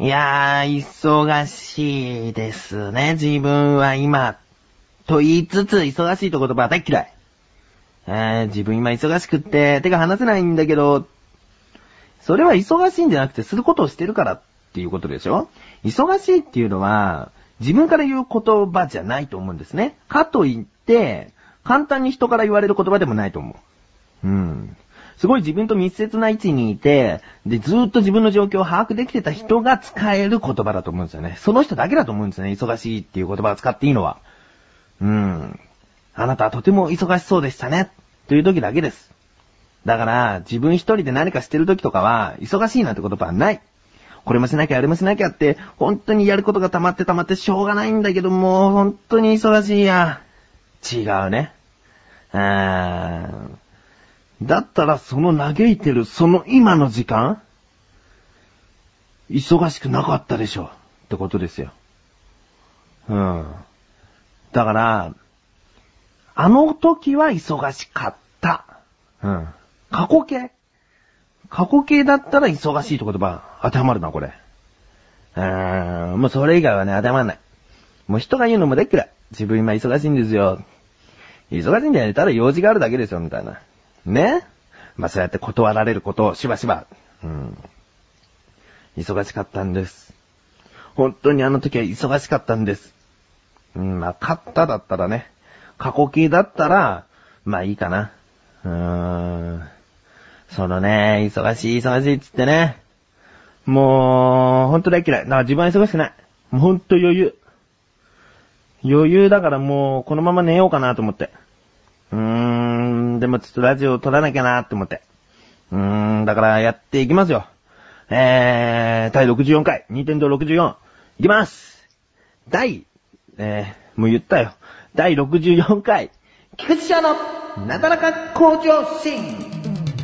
いやー、忙しいですね、自分は今。と言いつつ、忙しいと言葉は大嫌い。自分今忙しくって、手が離せないんだけど、それは忙しいんじゃなくて、することをしてるからっていうことでしょ？忙しいっていうのは、自分から言う言葉じゃないと思うんですね。かといって、簡単に人から言われる言葉でもないと思う。すごい自分と密接な位置にいて、で、ずーっと自分の状況を把握できてた人が使える言葉だと思うんですよね。その人だけだと思うんですよね。忙しいっていう言葉を使っていいのは。あなたはとても忙しそうでしたね。という時だけです。だから、自分一人で何かしてる時とかは、忙しいなんて言葉はない。これもしなきゃ、あれもしなきゃって、本当にやることが溜まってしょうがないんだけど、もう本当に忙しいや。違うね。だったらその嘆いてるその今の時間、忙しくなかったでしょってことですよ。だから、あの時は忙しかった。過去形だったら忙しいって言葉当てはまるな、これ。もうそれ以外はね、当てはまんない。もう人が言うのもでっ嫌い。自分今忙しいんですよ。忙しいんだよね。ただ用事があるだけですよ、みたいな。ね？そうやって断られることをしばしば。忙しかったんです。本当にあの時は忙しかったんです。勝っただったらね。過去形だったら、いいかな。そのね、忙しいっつってね。もう、ほんと大嫌い。だから自分は忙しくない。もうほんと余裕。余裕だからもう、このまま寝ようかなと思って。でもちょっとラジオを撮らなきゃなって思って。だからやっていきますよ。第64回、ニンテンドー64。いきます。もう言ったよ。第64回、菊池翔のなだらか向上心。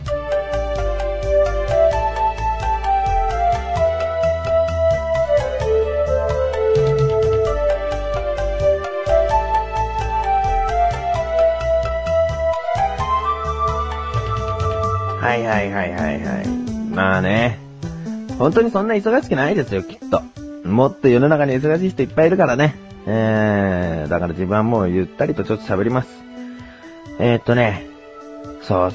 はい。まあね。本当にそんな忙しくないですよ、きっと。もっと世の中に忙しい人いっぱいいるからね。だから自分はもうゆったりとちょっと喋ります。そう。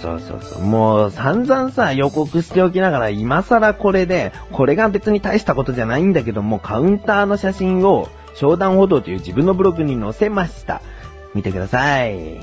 もう散々さ予告しておきながら今更これで、これが別に大したことじゃないんだけども、カウンターの写真を商談歩道という自分のブログに載せました。見てください。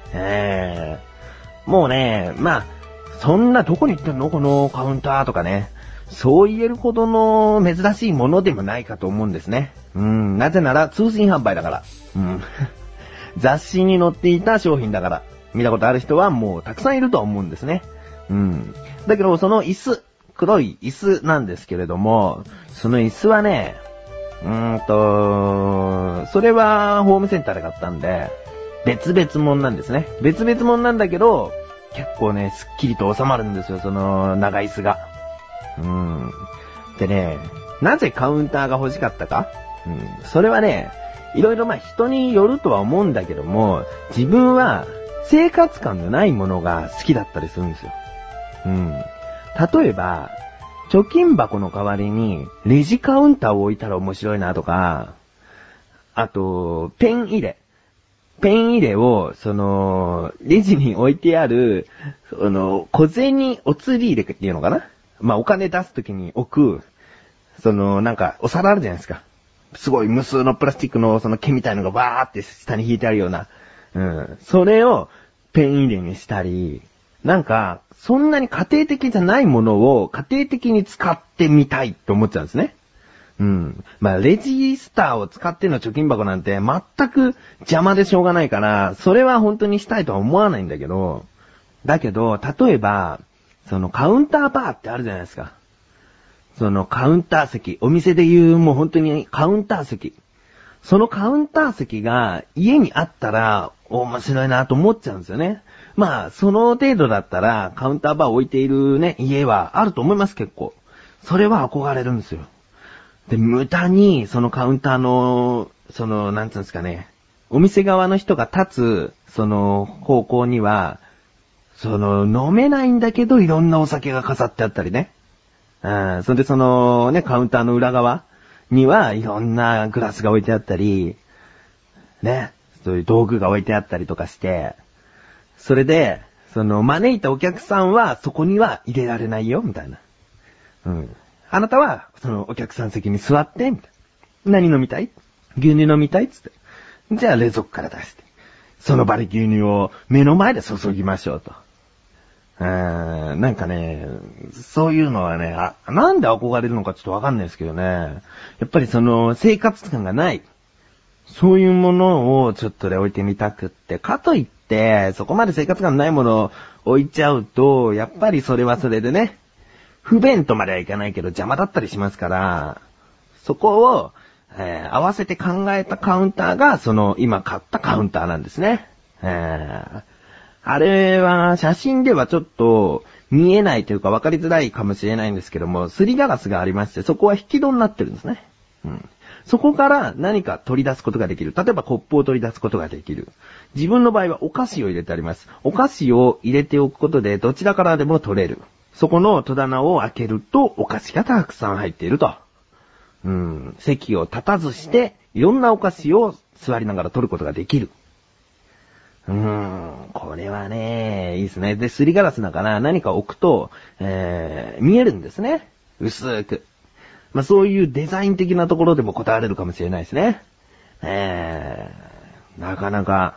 もうね、そんなどこに行ってんのこのカウンターとかね。そう言えるほどの珍しいものでもないかと思うんですね。なぜなら通信販売だから。雑誌に載っていた商品だから。見たことある人はもうたくさんいるとは思うんですね。だけどその椅子、黒い椅子なんですけれども、その椅子はね、それはホームセンターで買ったんで、別々物なんですね。別々物なんだけど、結構ね、すっきりと収まるんですよ、その長椅子が。でね、なぜカウンターが欲しかったか？それはね、いろいろ人によるとは思うんだけども、自分は生活感のないものが好きだったりするんですよ。例えば、貯金箱の代わりにレジカウンターを置いたら面白いなとか、あと、ペン入れを、レジに置いてある、小銭お釣り入れっていうのかな？お金出すときに置く、お皿あるじゃないですか。すごい無数のプラスチックの毛みたいのがバーって下に引いてあるような。それをペン入れにしたり、そんなに家庭的じゃないものを家庭的に使ってみたいと思っちゃうんですね。レジスターを使っての貯金箱なんて全く邪魔でしょうがないから、それは本当にしたいとは思わないんだけど、例えば、カウンターバーってあるじゃないですか。カウンター席、お店で言うもう本当にカウンター席。そのカウンター席が家にあったら面白いなと思っちゃうんですよね。その程度だったらカウンターバー置いているね、家はあると思います、結構。それは憧れるんですよ。で、無駄に、そのカウンターの、なんつうんですかね、お店側の人が立つ、方向には、飲めないんだけど、いろんなお酒が飾ってあったりね。 それでそのね、カウンターの裏側にはいろんなグラスが置いてあったり、ね、そういう道具が置いてあったりとかして、それで、その招いたお客さんはそこには入れられないよ、みたいな。あなたは、そのお客さん席に座って、みたいな。何飲みたい？牛乳飲みたい？つって。じゃあ冷蔵庫から出して。その場で牛乳を目の前で注ぎましょうと。なんかね、そういうのはね、なんで憧れるのかちょっとわかんないですけどね。やっぱりその生活感がない。そういうものをちょっとで置いてみたくって。かといって、そこまで生活感ないものを置いちゃうと、やっぱりそれはそれでね、不便とまではいかないけど邪魔だったりしますから、そこを、合わせて考えたカウンターが、その今買ったカウンターなんですね。あれは写真ではちょっと見えないというか分かりづらいかもしれないんですけども、すりガラスがありまして、そこは引き戸になってるんですね。そこから何か取り出すことができる。例えばコップを取り出すことができる。自分の場合はお菓子を入れてあります。お菓子を入れておくことでどちらからでも取れる。そこの戸棚を開けるとお菓子がたくさん入っていると。席を立たずしていろんなお菓子を座りながら取ることができる。これはね、いいですね。で、すりガラスだから何か置くと、見えるんですね。薄く。そういうデザイン的なところでも答えれるかもしれないですね。なかなか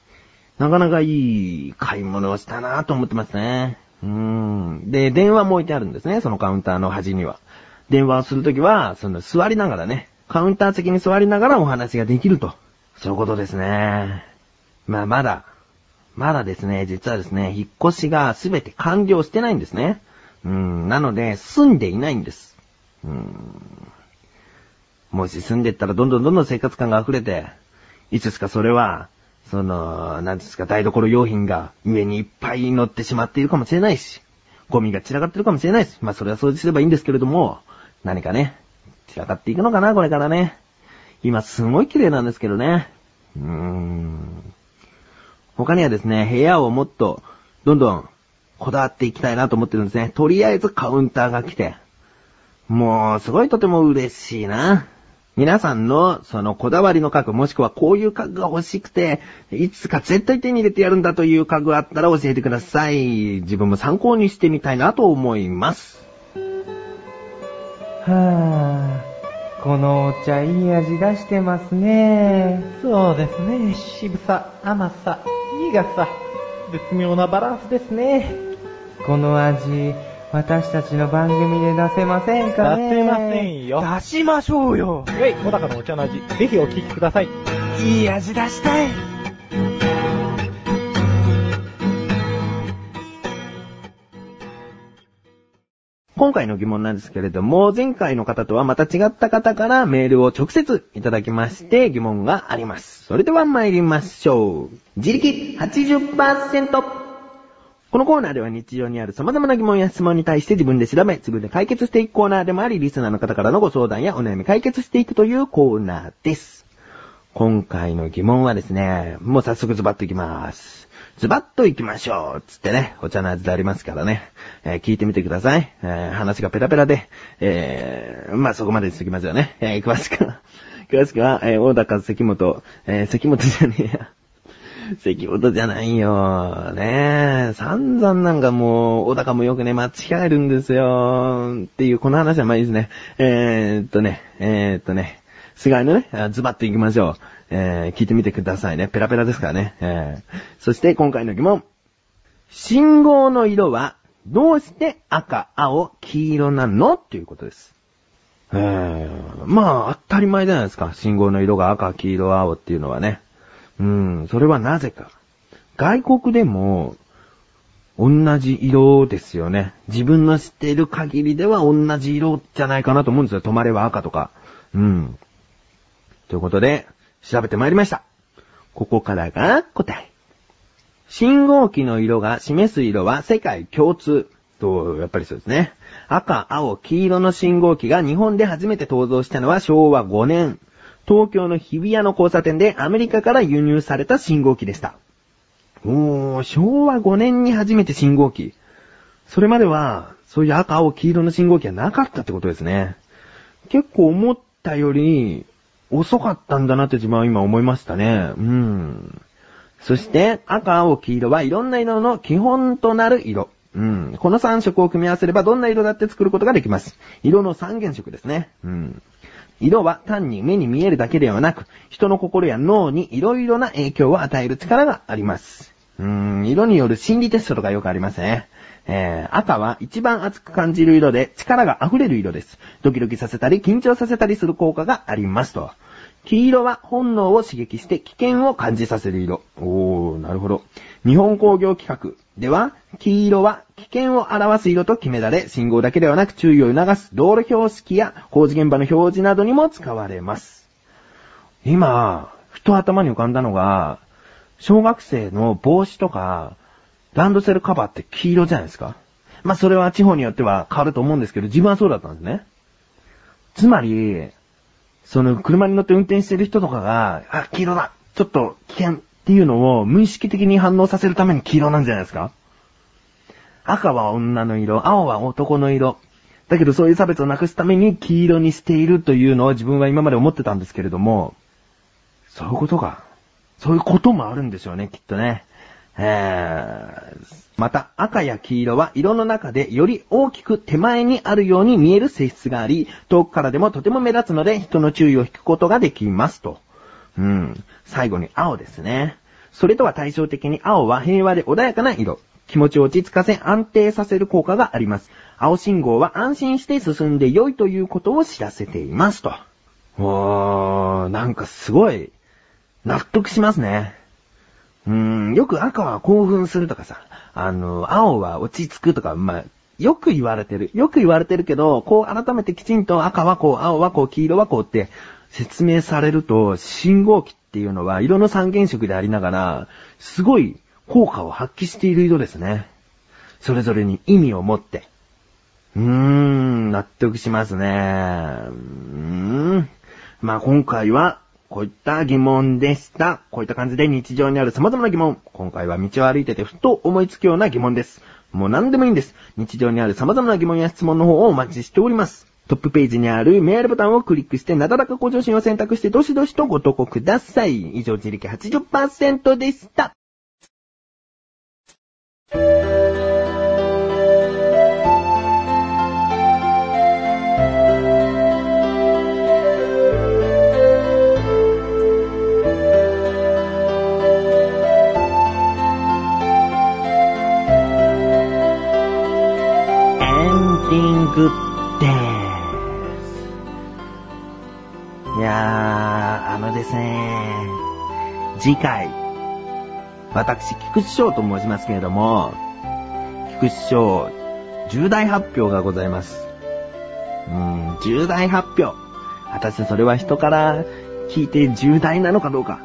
いい買い物をしたなと思ってますね。で、電話も置いてあるんですね、そのカウンターの端には。電話をするときは、その座りながらね、カウンター席に座りながらお話ができると。そういうことですね。まだですね、実はですね、引っ越しがすべて完了してないんですね。なので、住んでいないんです。もし住んでったらどんどん生活感が溢れて、いつしかそれは、なんですか、台所用品が上にいっぱい乗ってしまっているかもしれないし、ゴミが散らかってるかもしれないし、それは掃除すればいいんですけれども、何かね、散らかっていくのかな、これからね。今すごい綺麗なんですけどね。他にはですね、部屋をもっと、どんどん、こだわっていきたいなと思ってるんですね。とりあえずカウンターが来て、もう、すごいとても嬉しいな。皆さんの、そのこだわりの家具、もしくはこういう家具が欲しくて、いつか絶対手に入れてやるんだという家具があったら教えてください。自分も参考にしてみたいなと思います。 このお茶いい味出してますね。 そうですね。渋さ、甘さ、苦さ、絶妙なバランスですね。 この味、私たちの番組で出せませんかね。 出せませんよ。 出しましょうよ。 小高のお茶の味、ぜひお聞きください。 いい味出したい。 今回の疑問なんですけれども、前回の方とはまた違った方からメールを直接いただきまして疑問があります。それでは参りましょう。自力 80%。このコーナーでは日常にある様々な疑問や質問に対して自分で調べ、自分で解決していくコーナーでもあり、リスナーの方からのご相談やお悩み解決していくというコーナーです。今回の疑問はですね、もう早速ズバッといきます。ズバッといきましょうつってね、お茶の味でありますからね、聞いてみてください。話がペラペラで、そこまでにしときますよね。詳しくは、大高関本、関本じゃねえや。関本じゃないよ。ねえ、散々なんかもう、小高もよくね、間違えるんですよ。っていう、この話はまあいいですね。菅井のね、ズバッといきましょう。聞いてみてくださいね。ペラペラですからね。そして今回の疑問。信号の色は、どうして赤、青、黄色なのっていうことです。当たり前じゃないですか。信号の色が赤、黄色、青っていうのはね。それはなぜか。外国でも、同じ色ですよね。自分の知っている限りでは同じ色じゃないかなと思うんですよ。止まれば赤とか。ということで、調べてまいりました。ここからが答え。信号機の色が示す色は世界共通。と、やっぱりそうですね。赤、青、黄色の信号機が日本で初めて登場したのは昭和5年。東京の日比谷の交差点でアメリカから輸入された信号機でした。昭和5年に初めて信号機。それまではそういう赤、青、黄色の信号機はなかったってことですね。結構思ったより遅かったんだなって自分は今思いましたね。そして赤、青、黄色はいろんな色の基本となる色。この3色を組み合わせればどんな色だって作ることができます。色の三原色ですね。色は単に目に見えるだけではなく、人の心や脳にいろいろな影響を与える力があります。色による心理テストとかよくありますね。赤は一番熱く感じる色で力が溢れる色です。ドキドキさせたり緊張させたりする効果がありますと。黄色は本能を刺激して危険を感じさせる色。なるほど。日本工業規格では、黄色は危険を表す色と決められ、信号だけではなく注意を促す道路標識や工事現場の表示などにも使われます。今、ふと頭に浮かんだのが、小学生の帽子とか、ランドセルカバーって黄色じゃないですか。それは地方によっては変わると思うんですけど、自分はそうだったんですね。つまり、その車に乗って運転してる人とかが、黄色だ、ちょっと危険っていうのを無意識的に反応させるために黄色なんじゃないですか。赤は女の色、青は男の色。だけどそういう差別をなくすために黄色にしているというのを自分は今まで思ってたんですけれども、そういうことか。そういうこともあるんでしょうね、きっとね。また赤や黄色は色の中でより大きく手前にあるように見える性質があり、遠くからでもとても目立つので人の注意を引くことができますと。最後に青ですね。それとは対照的に青は平和で穏やかな色。気持ちを落ち着かせ安定させる効果があります。青信号は安心して進んで良いということを知らせていますと。なんかすごい納得しますね。よく赤は興奮するとかさ、青は落ち着くとか、よく言われてる。よく言われてるけど、こう改めてきちんと赤はこう、青はこう、黄色はこうって説明されると、信号機っていうのは色の三原色でありながら、すごい効果を発揮している色ですね。それぞれに意味を持って。納得しますね。今回は、こういった疑問でした。こういった感じで日常にある様々な疑問。今回は道を歩いててふと思いつくような疑問です。もう何でもいいんです。日常にある様々な疑問や質問の方をお待ちしております。トップページにあるメールボタンをクリックして、なだらか向上心を選択してどしどしとご投稿ください。以上、自力 80% でした。グッデース。いやー、ですね、次回、私、菊池翔と申しますけれども、菊池翔、重大発表がございます。重大発表。果たしてそれは人から聞いて重大なのかどうか。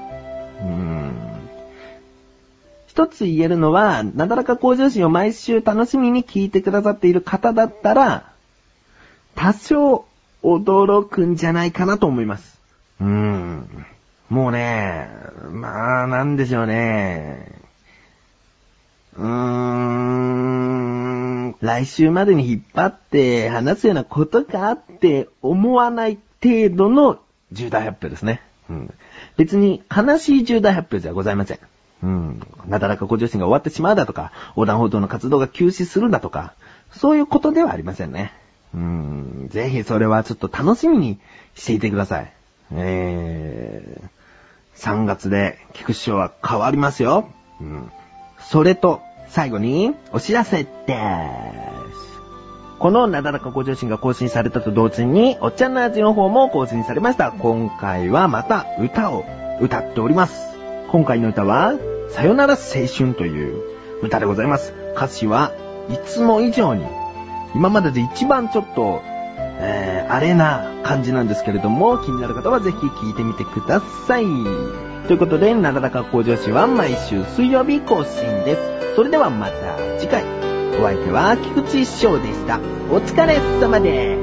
一つ言えるのは、なだらか向上心を毎週楽しみに聞いてくださっている方だったら、多少驚くんじゃないかなと思います。もうね、なんでしょうね。来週までに引っ張って話すようなことかって思わない程度の重大発表ですね。別に悲しい重大発表じゃございません。なだらか向上心が終わってしまうだとか、横断歩道の活動が休止するだとか、そういうことではありませんね。ぜひそれはちょっと楽しみにしていてください。3月で菊池翔は変わりますよ。それと、最後にお知らせです。このなだらか向上心が更新されたと同時に、おっちゃんの味の方も更新されました。今回はまた歌を歌っております。今回の歌は、さよなら青春という歌でございます。歌詞はいつも以上に、今までで一番ちょっと、あれな感じなんですけれども、気になる方はぜひ聴いてみてください。ということで、なだらか向上心は毎週水曜日更新です。それではまた次回。お相手は菊池翔でした。お疲れ様です。